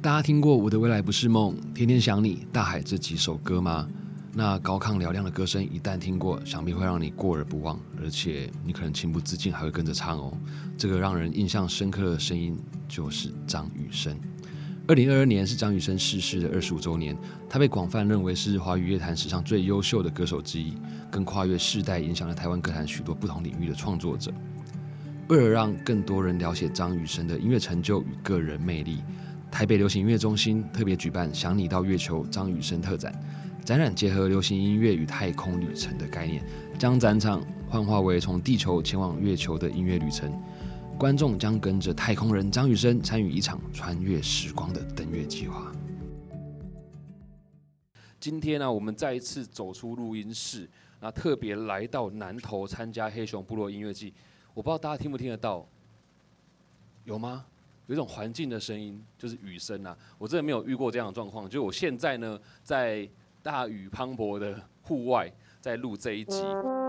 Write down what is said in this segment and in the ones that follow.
大家听过《我的未来不是梦》《天天想你》《大海》这几首歌吗？那高亢嘹亮的歌声一旦听过，想必会让你过而不忘，而且你可能情不自禁还会跟着唱哦。这个让人印象深刻的声音就是张雨生。2022年是张雨生逝世的25周年，他被广泛认为是华语乐坛史上最优秀的歌手之一，更跨越世代，影响了台湾歌坛许多不同领域的创作者。为了让更多人了解张雨生的音乐成就与个人魅力，台北流行音乐中心特别举办“想你到月球”张雨生特展，展览结合流行音乐与太空旅程的概念，将展场幻化为从地球前往月球的音乐旅程。观众将跟着太空人张雨生参与一场穿越时光的登月计划。今天呢，我们再一次走出录音室，那特别来到南投参加黑熊部落音乐季。我不知道大家听不听得到，有吗？有一种环境的声音，就是雨声啊。我真的没有遇过这样的状况，就我现在呢，在大雨磅礴的户外，在录这一集。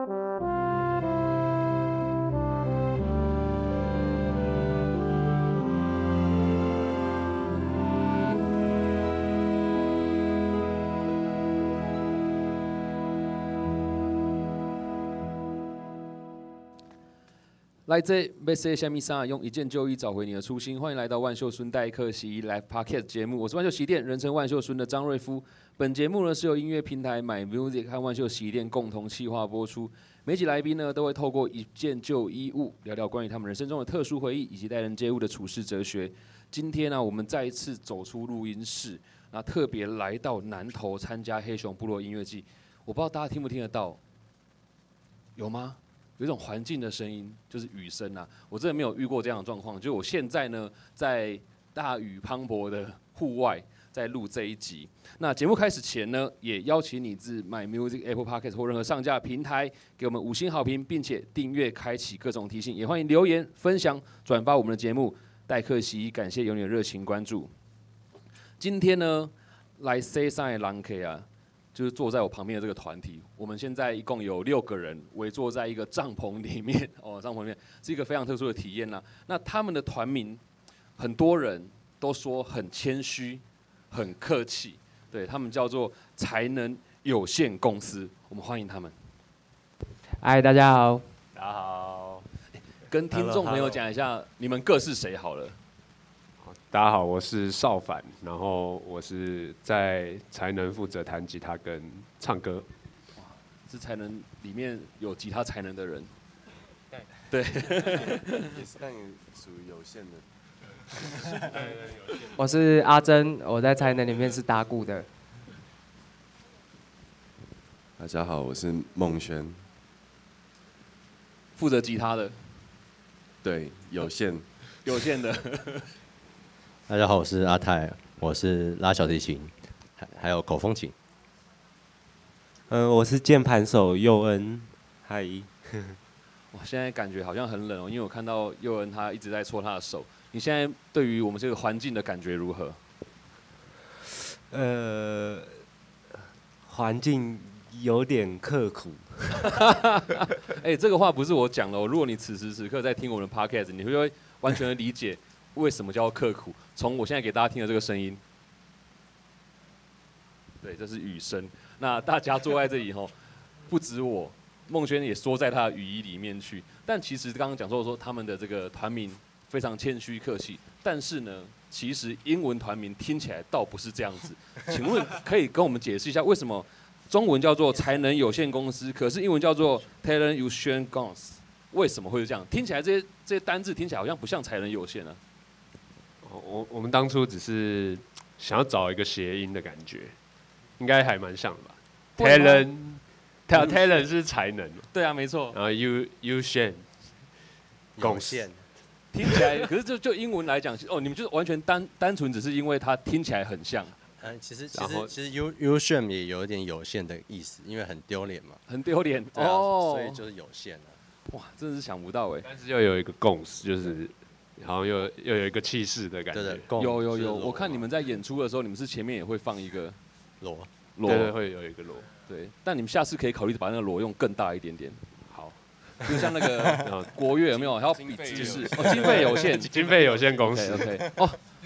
来这要说什么啥？用一件旧衣找回你的初心。欢迎来到万秀孙代客洗衣 Live Podcast 节目，我是万秀洗衣店人称万秀孙的张瑞夫。本节目呢是由音乐平台 My Music 和万秀洗衣店共同企划播出。每集来宾呢都会透过一件旧衣物聊聊关于他们人生中的特殊回忆以及待人接物的处事哲学。今天呢，我们再一次走出录音室，那特别来到南投参加黑熊部落音乐季。我不知道大家听不听得到，有吗？有一种环境的声音，就是雨声啊。我真的没有遇过这样的状况，就我现在呢，在大雨磅礴的户外，在录这一集。那节目开始前呢，也邀请你至 My Music、Apple Podcast 或任何上架平台给我们5星好评，并且订阅、开启各种提醒，也欢迎留言、分享、转发我们的节目。代客洗衣，感谢有你的热情关注。今天呢，来 say 上的人客啊。就是坐在我旁边的这个团体，我们现在一共有6个人围坐在一个帐篷里面哦，帐篷里面是一个非常特殊的体验啦。那他们的团名，很多人都说很谦虚、很客气，对他们叫做才能有限公司。我们欢迎他们。 嗨，大家好。 大家好。 跟听众朋友讲一下，你们各是谁好了。 大家好，我是邵凡，然后我是在才能负责弹吉他跟唱歌。 哇，是才能里面有吉他才能的人。对。 也是，但也属于有限的。 我是阿珍，我在才能里面是打鼓的。 大家好，我是孟轩， 负责吉他的。 对，有限。 有限的。 大家好，我是阿泰，我是拉小提琴，还有口风琴。 我是键盘手佑恩，嗨。 哇，现在感觉好像很冷哦，因为我看到佑恩他一直在搓他的手。你现在对于我们这个环境的感觉如何？ 环境有点刻苦。 这个话不是我讲的哦。如果你此时此刻在听我们的 podcast， 你会完全的理解为什么叫刻苦。从我现在给大家听的这个声音，对，这是雨声。那大家坐在这里吼，不止我，孟轩也缩在他的雨衣里面去。但其实刚刚讲说他们的这个团名非常谦虚客气，但是呢，其实英文团名听起来倒不是这样子。请问可以跟我们解释一下，为什么中文叫做才能有限公司，可是英文叫做 Talent Union Guns？ 为什么会是这样？听起来这些单字听起来好像不像才能有限啊。 我们当初只是想要找一个谐音的感觉，应该还蛮像的吧 ？Talent 是才能， 对啊，没错。 然后 Union 贡献， 听起来，可是就英文来讲，哦，你们就是完全单纯只是因为它听起来很像。 其实 Union 也有点有限的意思，因为很丢脸嘛。 很丢脸哦，所以就是有限啊。 哇，真的是想不到哎。 但是又有一个共识，就是好像又有一个气势的感觉。 对， 有，我看你们在演出的时候，你们是前面也会放一个锣， 对，会有一个锣。 对，但你们下次可以考虑把那个锣用更大一点点。好，就像那个国乐有没有？还要比姿势，经费有限， 经费有限公司。 OK， 哦，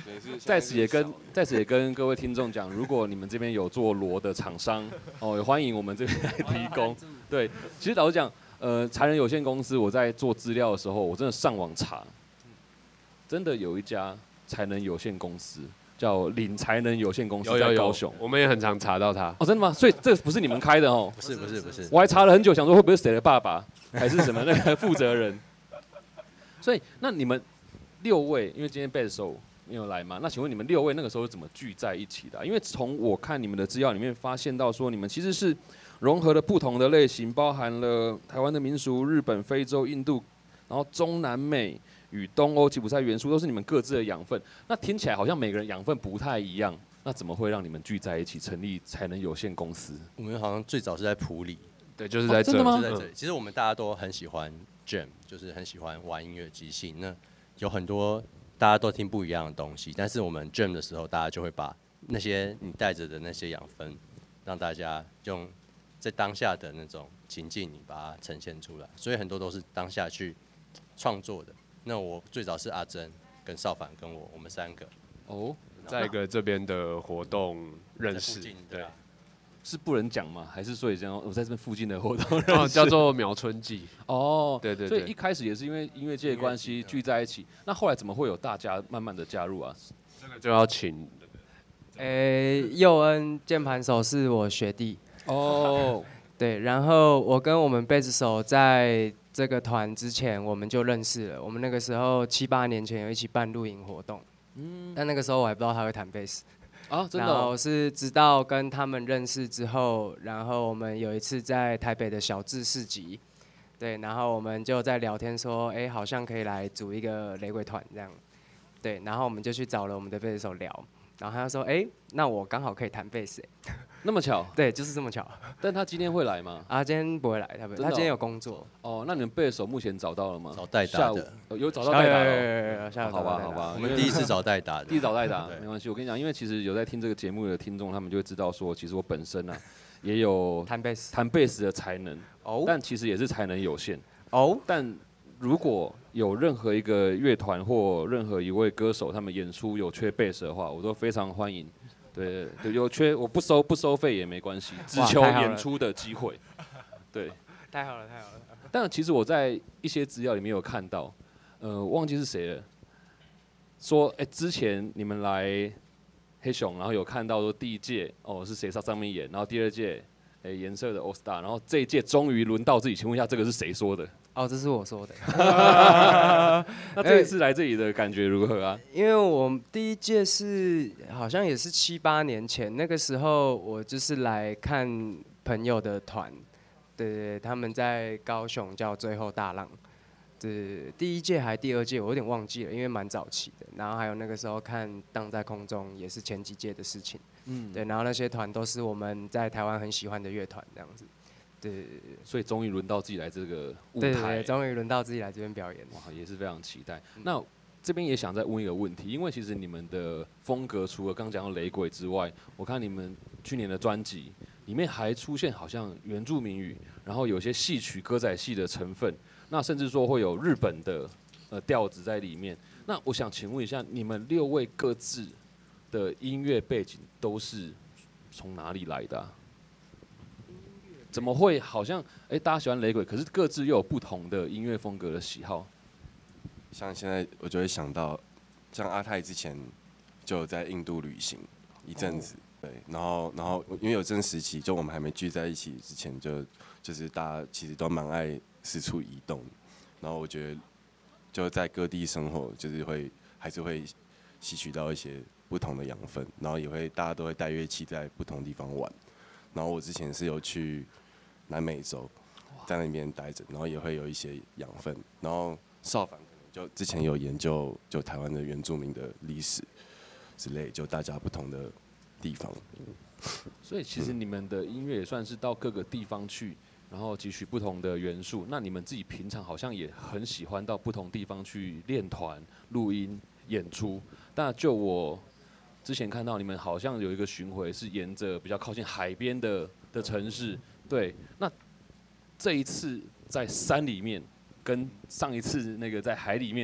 在此也跟各位听众讲，如果你们这边有做螺的厂商，哦，也欢迎我们这边来提供。对，其实老实讲，才能有限公司，我在做资料的时候，我真的上网查，真的有一家才能有限公司叫领才能有限公司，在高雄， 我们也很常查到它。 哦，真的吗？所以这不是你们开的哦？ 不是， 我还查了很久，想说会不会是谁的爸爸，还是什么那个负责人？所以那你们6位，因为今天贝斯手没有来嘛，那请问你们6位那个时候是怎么聚在一起的啊？因为从我看你们的资料里面发现到说，你们其实是融合了不同的类型，包含了台湾的民俗、日本、非洲、印度，然后中南美与东欧吉普赛元素，都是你们各自的养分。那听起来好像每个人养分不太一样，那怎么会让你们聚在一起成立才能有限公司？ 我们好像最早是在埔里， 对，就是在这， 真的吗？ 就在这里。其实我们大家都很喜欢 jam， 就是很喜欢玩音乐即兴。那有很多大家都听不一样的东西，但是我们 jam 的时候，大家就会把那些你带着的那些养分，让大家用在当下的那种情境，你把它呈现出来。所以很多都是当下去创作的。那我最早是阿珍跟少凡跟我们3个。 哦， 在一个这边的活动认识，对， 是不能讲吗？还是说这样？我在这边附近的活动认识， 哦，叫做苗春季。 哦， 对， 所以一开始也是因为音乐界的关系聚在一起。那后来怎么会有大家慢慢的加入啊？ 这个就要请， 佑恩键盘手是我学弟。 哦， 对，然后我跟我们贝斯手在这个团之前我们就认识了。我们那个时候7、8年前有一起办露营活动，但那个时候我还不知道他会弹贝斯。 啊，真的、 然后是直到跟他们认识之后，然后我们有一次在台北的小智市集，对，然后我们就在聊天说，哎，好像可以来组一个雷鬼团这样，对，然后我们就去找了我们的贝斯手聊，然后他就说，哎，那我刚好可以弹贝斯， 那么巧？ 对，就是这么巧。 但他今天会来吗？ 啊，今天不会来，他今天有工作。 哦，那你们贝斯手目前找到了吗？ 找代打的， 有找到代打了。 好吧。 我们第一次找代打的。 第一次找代打，没关系。我跟你讲，因为其实有在听这个节目的听众，他们就会知道说，其实我本身啊也有弹贝斯的才能，但其实也是才能有限。但如果有任何一个乐团或任何一位歌手，他们演出有缺贝斯的话，我都非常欢迎。对，有缺我不收费也没关系，只求演出的机会。对， 太好了。 但其实我在一些资料里面有看到，忘记是谁了，说之前你们来黑熊，然后有看到说第1届是谁上面演，然后第2届颜色的 All Star， 然后这一届终于轮到自己，请问一下这个是谁说的？ 这是我说的。 那这一次来这里的感觉如何啊？ 因为我第1届是好像也是7、8年前，那个时候我就是来看朋友的团，对，他们在高雄叫最后大浪，对，第1届还第2届我有点忘记了，因为蛮早期的。然后还有那个时候看荡在空中，也是前几届的事情，对，然后那些团都是我们在台湾很喜欢的乐团这样子。对， 所以终于轮到自己来这个舞台， 对，终于轮到自己来这边表演， 哇，也是非常期待。那这边也想再问一个问题，因为其实你们的风格除了刚讲到雷鬼之外，我看你们去年的专辑里面还出现好像原住民语，然后有些戏曲歌仔戏的成分，那甚至说会有日本的调子在里面。那我想请问一下，你们6位各自的音乐背景都是从哪里来的啊？怎么会好像大家喜欢雷鬼，可是各自又有不同的音乐风格的喜好？ 像现在我就会想到，像阿泰之前就有在印度旅行一阵子，对，然后因为有阵时期，就我们还没聚在一起之前，就是大家其实都蛮爱四处移动，然后我觉得就在各地生活，就是还是会吸取到一些不同的养分，然后大家都会带乐器在不同地方玩，然后我之前是有去南美洲，在那边待着，然后也会有一些养分。然后少凡可能就之前有研究就台湾的原住民的历史之类，就大家不同的地方。 所以其实你们的音乐也算是到各个地方去，然后汲取不同的元素。那你们自己平常好像也很喜欢到不同地方去练团、录音、演出。但就我之前看到你们好像有一个巡回是沿着比较靠近海边的城市。对，那这一次在山里面，跟上一次那个在海里面的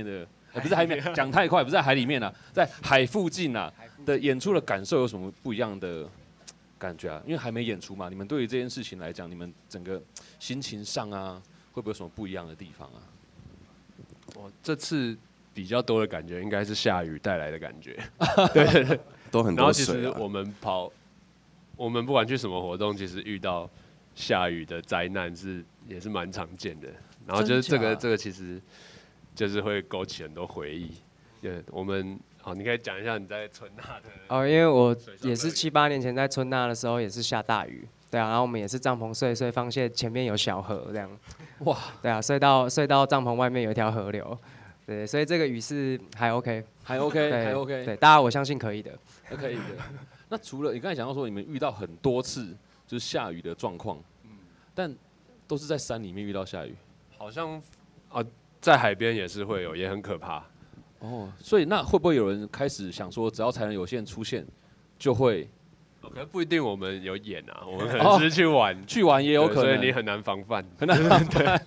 不是海里面，讲太快，不是在海里面啊，在海附近啊的演出的感受有什么不一样的感觉啊？因为还没演出嘛，你们对于这件事情来讲，你们整个心情上啊，会不会有什么不一样的地方啊？ 我这次比较多的感觉应该是下雨带来的感觉， 都很然后其多水啊。 实我们不管去什么活动，其实遇到下雨的灾难也是蛮常见的。然后就是这个其实就是会勾起很多回忆。对，我们好，你可以讲一下你在春娜的哦，因为我也是7、8年前在春娜的时候也是下大雨，对啊，然后我们也是帐篷睡，所以放线前面有小河这样， 哇， 对啊，睡到帐篷外面有一条河流，对，所以这个雨是还 OK， 还 OK， 对还 OK， 对，大家我相信可以的， 可以的。那除了你刚才讲到说你们遇到很多次就是下雨的状况，但都是在山里面遇到下雨。 好像在海边也是会有，也很可怕。 哦，所以那会不会有人开始想说，只要才能有线出现，就会？ 可能不一定我们有演啊，我们可能只是去玩， 去玩也有可能， 所以你很难防范， 很难防范。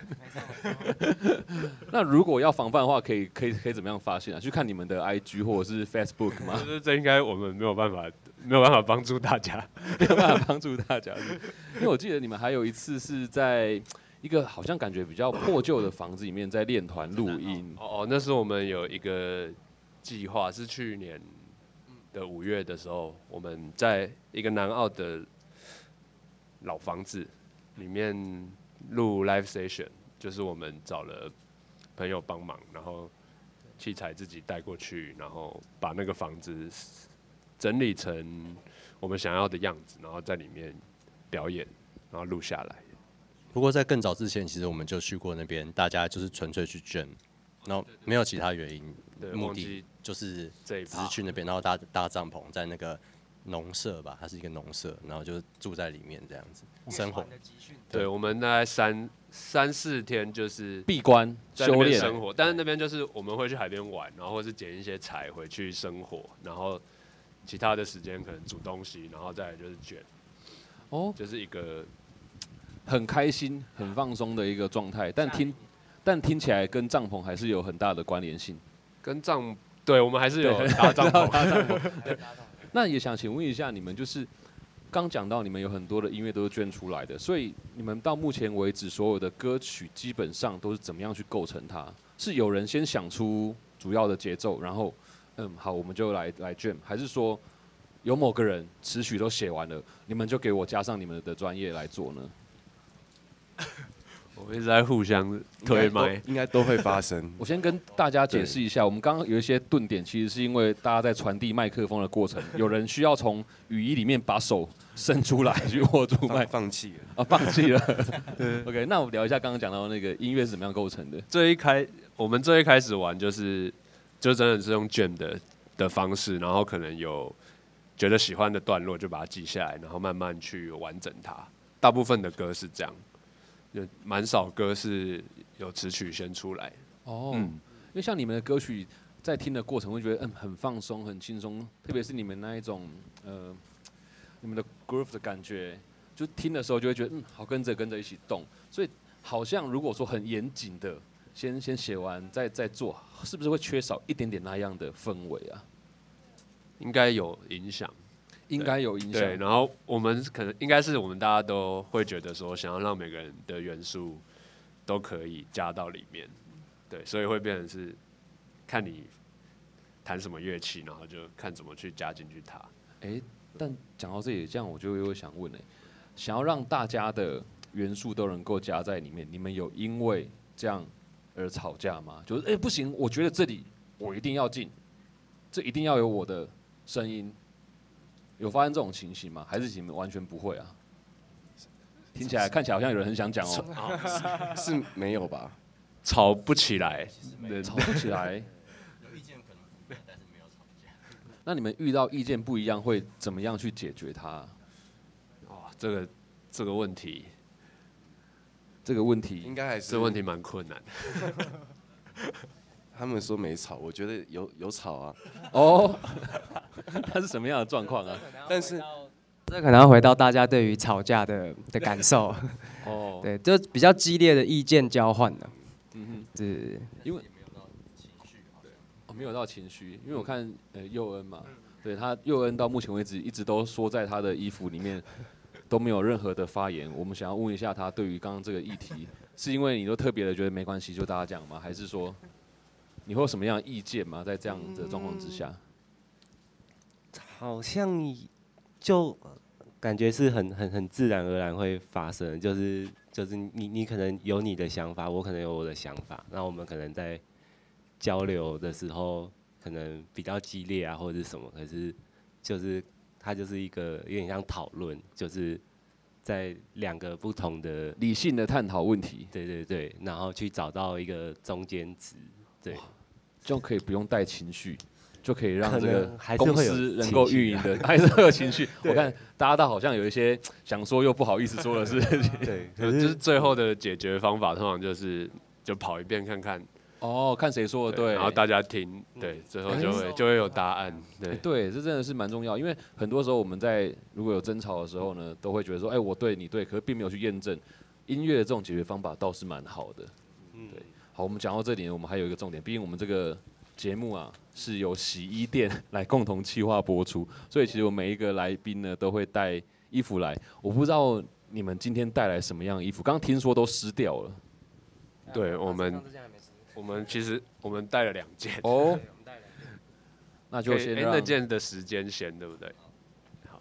那如果要防范的话，可以怎么样发现啊？去看你们的 IG 或者是 Facebook 吗？ 这应该我们没有办法帮助大家， 没有办法帮助大家。因为我记得你们还有一次是在一个好像感觉比较破旧的房子里面在练团录音。 那是我们有一个计划，是去年的5月的时候，我们在一个南澳的老房子里面录 live session， 就是我们找了朋友帮忙，然后器材自己带过去，然后把那个房子整理成我们想要的样子，然后在里面表演，然后录下来。 不过在更早之前，其实我们就去过那边，大家就是纯粹去jam，然后没有其他原因，目的就是只是去那边，然后搭帐篷在那个农舍吧，它是一个农舍，然后就住在里面这样子生活。 对，我们大概3、4天就是闭关修炼生活，但是那边就是我们会去海边玩，然后或是捡一些柴回去生活，然后其他的时间可能煮东西，然后再来就是卷。就是一个很开心、很放松的一个状态，但听起来跟帐篷还是有很大的关联性。 对，我们还是有搭帐篷。 那也想请问一下，你们就是刚讲到你们有很多的音乐都是捐出来的，所以你们到目前为止所有的歌曲基本上都是怎么样去构成它？是有人先想出主要的节奏，然后好我们就来 jam， 还是说有某个人词曲都写完了，你们就给我加上你们的专业来做呢？ 我们一直在互相推麦， 应该都会发生。 我先跟大家解释一下，我们刚刚有一些顿点，其实是因为大家在传递麦克风的过程，有人需要从雨衣里面把手伸出来去握住麦， 放弃了啊，放弃了。OK， 那我们聊一下刚刚讲到那个音乐是怎么样构成的。 我们最一开始玩就真的是用 jam 的方式，然后可能有觉得喜欢的段落就把它记下来，然后慢慢去完整它。大部分的歌是这样。有蛮少歌是有词曲先出来因为像你们的歌曲在听的过程会觉得很放松很轻松，特别是你们那一种你们的 groove 的感觉，就听的时候就会觉得好跟着一起动，所以好像如果说很严谨的先写完再做，是不是会缺少一点点那样的氛围啊？ 应该有影响。 应该有影响。 对，然后我们可能应该是我们大家都会觉得说，想要让每个人的元素都可以加到里面，对，所以会变成是看你弹什么乐器，然后就看怎么去加进去它。 但讲到这里，这样我就又想问想要让大家的元素都能够加在里面，你们有因为这样而吵架吗？就是不行，我觉得这里我一定要进，这一定要有我的声音。有发生这种情形吗？还是你们完全不会啊？看起来好像有人很想讲是没有吧？ 吵不起来， 吵不起来。 有意见可能不一样，但是没有吵架。 那你们遇到意见不一样，会怎么样去解决它？ 这个问题应该还是这个问题蛮困难的。 他们说没吵，我觉得有吵啊。 它是什么样的状况啊？ 但是这可能要回到大家对于吵架的感受。对，就比较激烈的意见交换了。对， 因为没有到情绪，因为我看佑恩嘛，对他佑恩到目前为止一直都缩在他的衣服里面，都没有任何的发言。我们想要问一下他对于刚刚这个议题，是因为你都特别的觉得没关系就大家讲吗？还是说你会有什么样的意见吗？在这样的状况之下， 好像就感觉是很自然而然会发生，就是你可能有你的想法，我可能有我的想法，那我们可能在交流的时候可能比较激烈啊，或者是什么，可是就是它就是一个有点像讨论，就是在两个不同的理性的探讨问题， 对，然后去找到一个中间值，对， 这样可以不用带情绪。就可以让这可个公能还是会有司能够运营的，还是会有情绪。我看大家好像有一些想说又不好意思说的事情。 对， 就是最后的解决方法，通常就跑一遍看看， 哦，看谁说的对， 然后大家听，对，最后就会有答案，对。 对，这真的是蛮重要，因为很多时候我们在如果有争吵的时候呢，都会觉得说，哎，我对你对，可是并没有去验证。音乐的这种解决方法倒是蛮好的。对，好，我们讲到这里，我们还有一个重点，毕竟我们这个节目啊是由洗衣店来共同企划播出，所以其实我每一个来宾呢都会带衣服来。我不知道你们今天带来什么样的衣服，刚刚听说都湿掉了。 对我们其实我们带了2件哦，那就先让那件的时间先，对不对？好，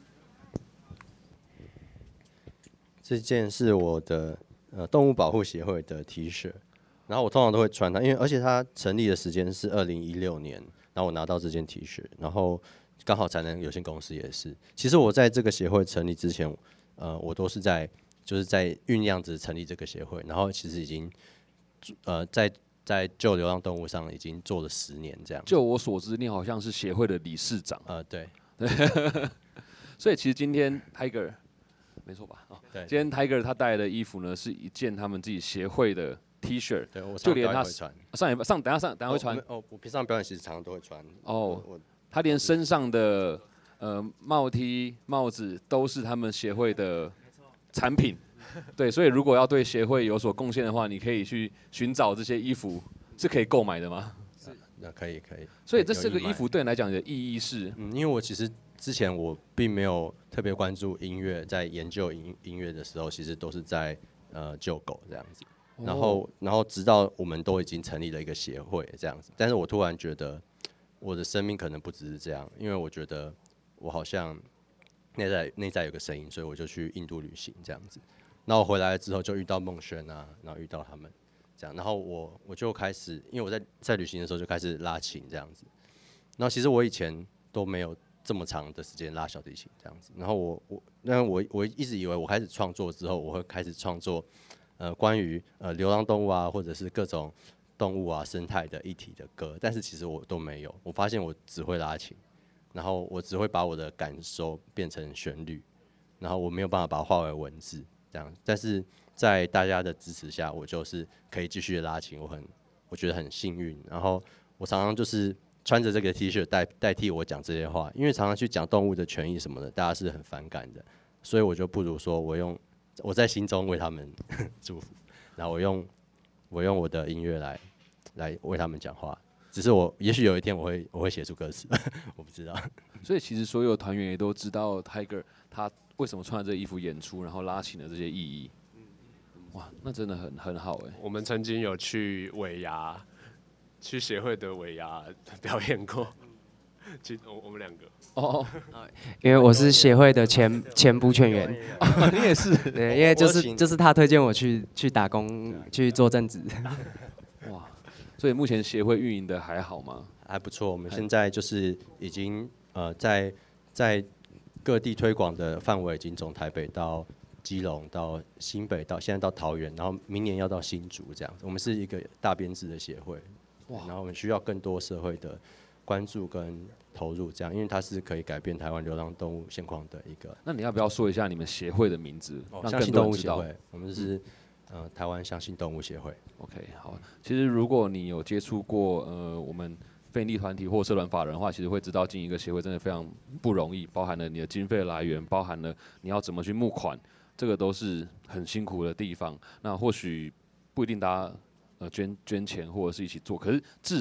这件是我的动物保护协会的 T 恤。然后我通常都会穿它，因为而且它成立的时间是2016年，然后我拿到这件 T 恤，然后刚好才能有限公司也是。其实我在这个协会成立之前，我都是在酝酿着成立这个协会，然后其实已经在救流浪动物上已经做了10年这样。 就我所知，你好像是协会的理事长。 对。 所以其实今天 Tiger 没错吧？哦， 对。 今天 Tiger 他带来的衣服呢，是一件他们自己协会的。T 恤， 对，我就连他会穿等下会穿。 我平常表演其实常常都会穿。 他连身上的帽 T 帽子都是他们协会的产品。对，所以如果要对协会有所贡献的话，你可以去寻找这些衣服，是可以购买的吗？ 那可以。 所以这个衣服对你来讲的意义是， 因为我其实之前我并没有特别关注音乐，在研究音乐的时候，其实都是在救狗这样子。然后直到我们都已经成立了一个协会这样子，但是我突然觉得我的生命可能不只是这样，因为我觉得我好像内在有个声音，所以我就去印度旅行这样子。然后我回来之后就遇到孟轩啊，然后遇到他们这样，然后我就开始，因为我在旅行的时候就开始拉琴这样子。然后其实我以前都没有这么长的时间拉小提琴这样子。然后我一直以为我开始创作之后，我会开始创作。关于流浪动物啊，或者是各种动物啊、生态的议题的歌，但是其实我都没有。我发现我只会拉琴，然后我只会把我的感受变成旋律，然后我没有办法把它化为文字这样。但是在大家的支持下，我就是可以继续的拉琴，我觉得很幸运。然后我常常就是穿着这个 T 恤代替我讲这些话，因为常常去讲动物的权益什么的，大家是很反感的，所以我就不如说我在心中为他们祝福，然后我用我的音乐来为他们讲话。只是也许有一天我会写出歌词，我不知道。 所以其实所有团员也都知道 Tiger 他为什么穿这衣服演出，然后拉琴的这些意义。哇，那真的很好哎。 我们曾经有去协会的尾牙表演过。其实我们2个因为我是协会的前补犬员， 你也是， 对，因为就是他推荐我去打工去做正职。 哇，所以目前协会运营的还好吗？ 还不错，我们现在就是已经在各地推广的范围已经从台北到基隆到新北到现在到桃园，然后明年要到新竹这样。我们是一个大编制的协会，然后我们需要更多社会的关注跟投入，这样，因为它是可以改变台湾流浪动物现况的一个。 那你要不要说一下你们协会的名字，让更相信多人知道？ 动物协会，我们是台湾相信动物协会。 OK， 好。其实如果你有接触过我们非营利团体或社团法人的话，其实会知道经营一个协会真的非常不容易，包含了你的经费来源，包含了你要怎么去募款，这个都是很辛苦的地方。那或许不一定大家捐钱或者是一起做，可是至少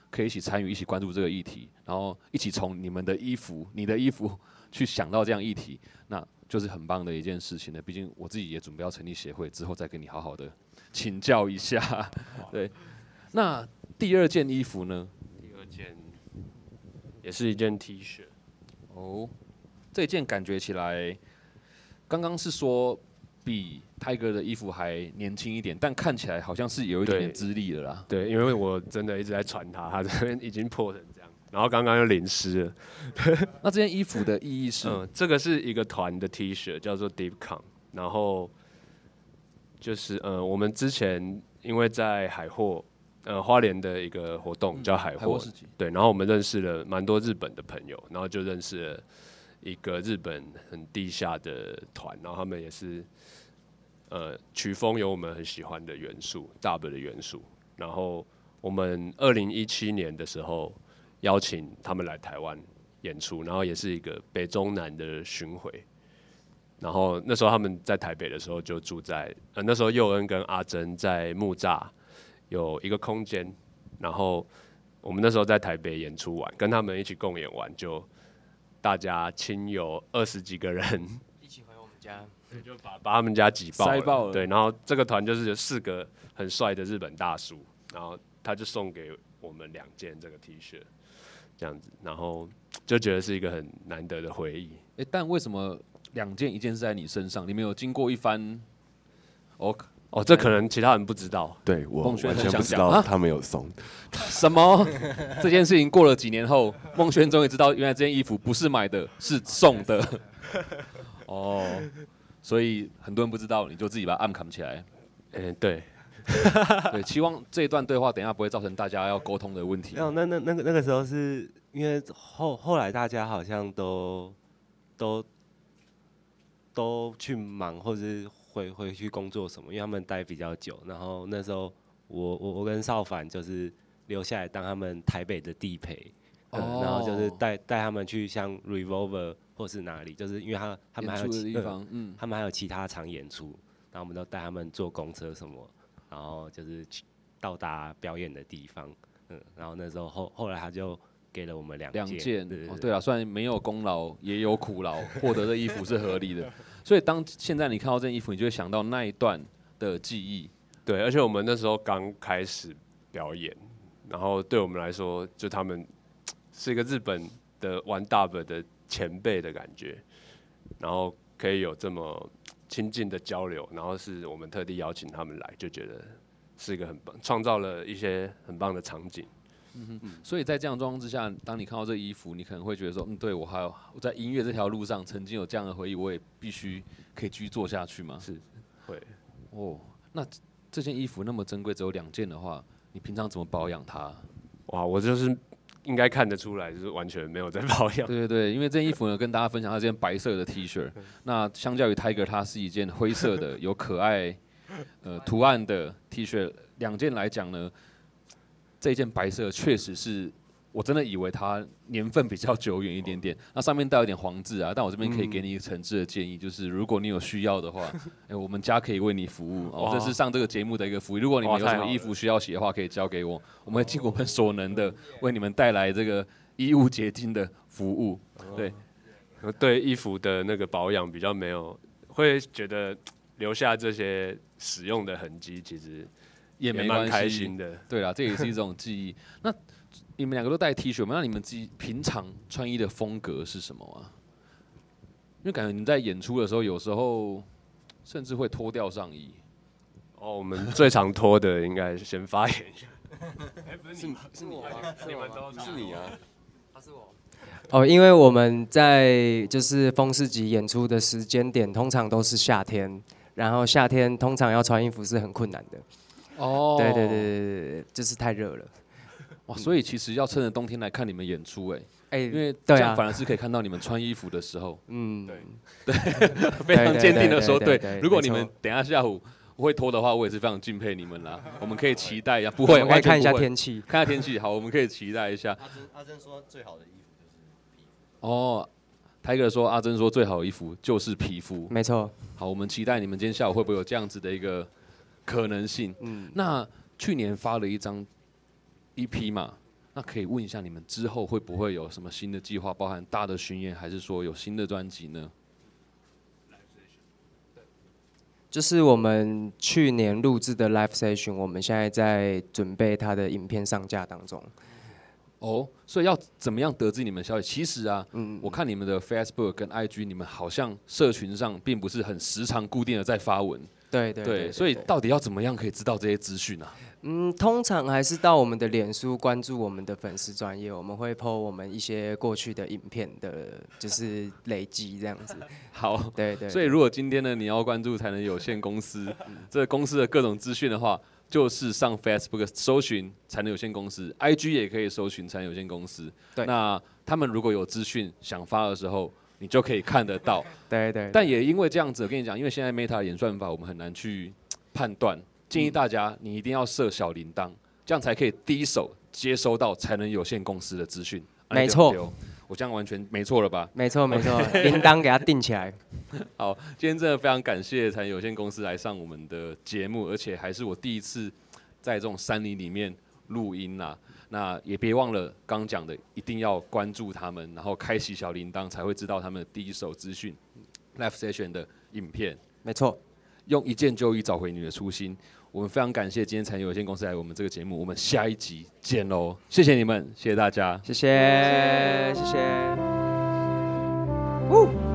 可以一起参与、一起关注这个议题，然后一起从你的衣服去想到这样议题，那就是很棒的一件事情了。毕竟我自己也准备要成立协会，之后再跟你好好的请教一下。对，那第二件衣服呢？ 第二件也是一件 T 恤。 哦，这件感觉起来，刚刚是说比Tiger的衣服还年轻一点，但看起来好像是有一点点资历的啦。 对，因为我真的一直在传他这边已经破成这样，然后刚刚又淋湿了。 那这件衣服的意义是？ 这个是一个团的 T 恤，叫做 DeepCon， 然后就是我们之前因为在海货花莲的一个活动叫海货市集， 对，然后我们认识了蛮多日本的朋友，然后就认识了一个日本很地下的团，然后他们也是曲风有我们很喜欢的元素，dub 的元素，然后我们2017年的时候邀请他们来台湾演出，然后也是一个北中南的巡回。然后那时候他们在台北的时候就住在那时候佑恩跟阿珍在木栅有一个空间，然后我们那时候在台北演出完，跟他们一起共演完，就大家亲友20几个人一起回我们家， 对，就把他们家挤爆了， 塞爆了。 对，然后这个团就是有4个很帅的日本大叔，然后他就送给我们2件这个 T 恤，这样子，然后就觉得是一个很难得的回忆。 但为什么2件一件是在你身上？你们有经过一番这可能其他人不知道。 对我完孟轩很全不知想讲啊道他们有送。 什么？这件事情过了几年后，孟轩终于知道，原来这件衣服不是买的，是送的。哦，所以很多人不知道，你就自己把它暗扛起来。 对。 对，希望这一段对话等一下不会造成大家要沟通的问题。 没有，那个时候是因为后来大家好像都去忙，或者是回去工作什么，因为他们待比较久。然后那时候我跟少凡就是留下来当他们台北的地陪，然后就是带他们去像 Revolver 或是哪里，就是因为他们还有地方， 他们还有其他场演出，然后我们都带他们坐公车什么，然后就是去到达表演的地方，然后那时候后来他就给了我们2件， 对啊，虽然没有功劳也有苦劳，获得的衣服是合理的。所以当现在你看到这件衣服，你就会想到那一段的记忆。 对，而且我们那时候刚开始表演，然后对我们来说，就他们是一个日本的玩 dub 的前辈的感觉，然后可以有这么亲近的交流，然后是我们特地邀请他们来，就觉得是一个很棒，创造了一些很棒的场景。 所以在这样的状况之下，当你看到这衣服，你可能会觉得说，对，我在音乐这条路上曾经有这样的回忆，我也必须可以继续做下去吗？ 是，会。 那这件衣服那么珍贵，只有2件的话，你平常怎么保养它？ 哇，我就是应该看得出来，就是完全没有在保养。 对，因为这件衣服呢，跟大家分享它这件白色的 T 恤，那相较于 Tiger， 它是一件灰色的有可爱图案的 T 恤，2件来讲呢。这一件白色确实是我真的以为它年份比较久远一点点，那上面带有点黄字啊，但我这边可以给你一个诚挚的建议，就是如果你有需要的话，我们家可以为你服务这是上这个节目的一个福利。如果你们有什么衣服需要洗的话，可以交给我，我们会尽我们所能的为你们带来这个衣物结晶的服务。 对衣服的那个保养比较没有，会觉得留下这些使用的痕迹，其实。 也蛮开心的， 对啦，这也是一种记忆。那你们2个都带 T 恤吗？那你们自己平常穿衣的风格是什么啊？因为感觉你们在演出的时候，有时候甚至会脱掉上衣。 我们最常脱的应该先发言一下。不是你， 是我吗？ 你们都是你啊？ 他是我。因为我们在就是风市集演出的时间点，通常都是夏天，然后夏天通常要穿衣服是很困难的。对，就是太热了。 哇，所以其实要趁着冬天来看你们演出，因为这样反而是可以看到你们穿衣服的时候。对，非常坚定的说，对。如果你们等一下下午会脱的话，我也是非常敬佩你们啦。我们可以期待一下，不会， 我们可以看一下天气， 看下天气。好，我们可以期待一下。 阿珍说最好的衣服就是皮肤。 Tiger 说阿珍说最好的衣服就是皮肤。 没错。 好，我们期待你们今天下午会不会有这样子的一个可能性。那去年发了一张EP 嘛， 那可以问一下，你们之后会不会有什么新的计划，包含大的巡演，还是说有新的专辑呢？ 就是我们去年录制的 Live Session， 我们现在在准备它的影片上架当中。 哦，所以要怎么样得知你们消息？其实啊，我看你们的 Facebook 跟 IG， 你们好像社群上并不是很时常固定的在发文。 对， 所以到底要怎么样可以知道这些资讯啊？ 通常还是到我们的脸书关注我们的粉丝专页，我们会 po 我们一些过去的影片的，就是累积这样子。 好， 对。 所以如果今天呢，你要关注才能有限公司这个公司的各种资讯的话，就是上 Facebook 搜寻才能有限公司 ，IG 也可以搜寻才能有限公司。 对， 那他们如果有资讯想发的时候，你就可以看得到。 对。 但也因为这样子，我跟你讲，因为现在 Meta 的演算法我们很难去判断。建议大家，你一定要设小铃铛，这样才可以第一手接收到才能有限公司的资讯。 没错， 我这样完全没错了吧？ 没错，铃铛给它定起来。 好，今天真的非常感谢才能有限公司来上我们的节目，而且还是我第一次在这种山林里面录音啦。那也别忘了刚讲的，一定要关注他们，然后开启小铃铛，才会知道他们的第一手资讯。Live Session 的影片， 没错， 用一件旧衣找回你的初心。我们非常感谢今天才能有限公司来我们这个节目，我们下一集见喽！谢谢你们，谢谢大家， 谢谢。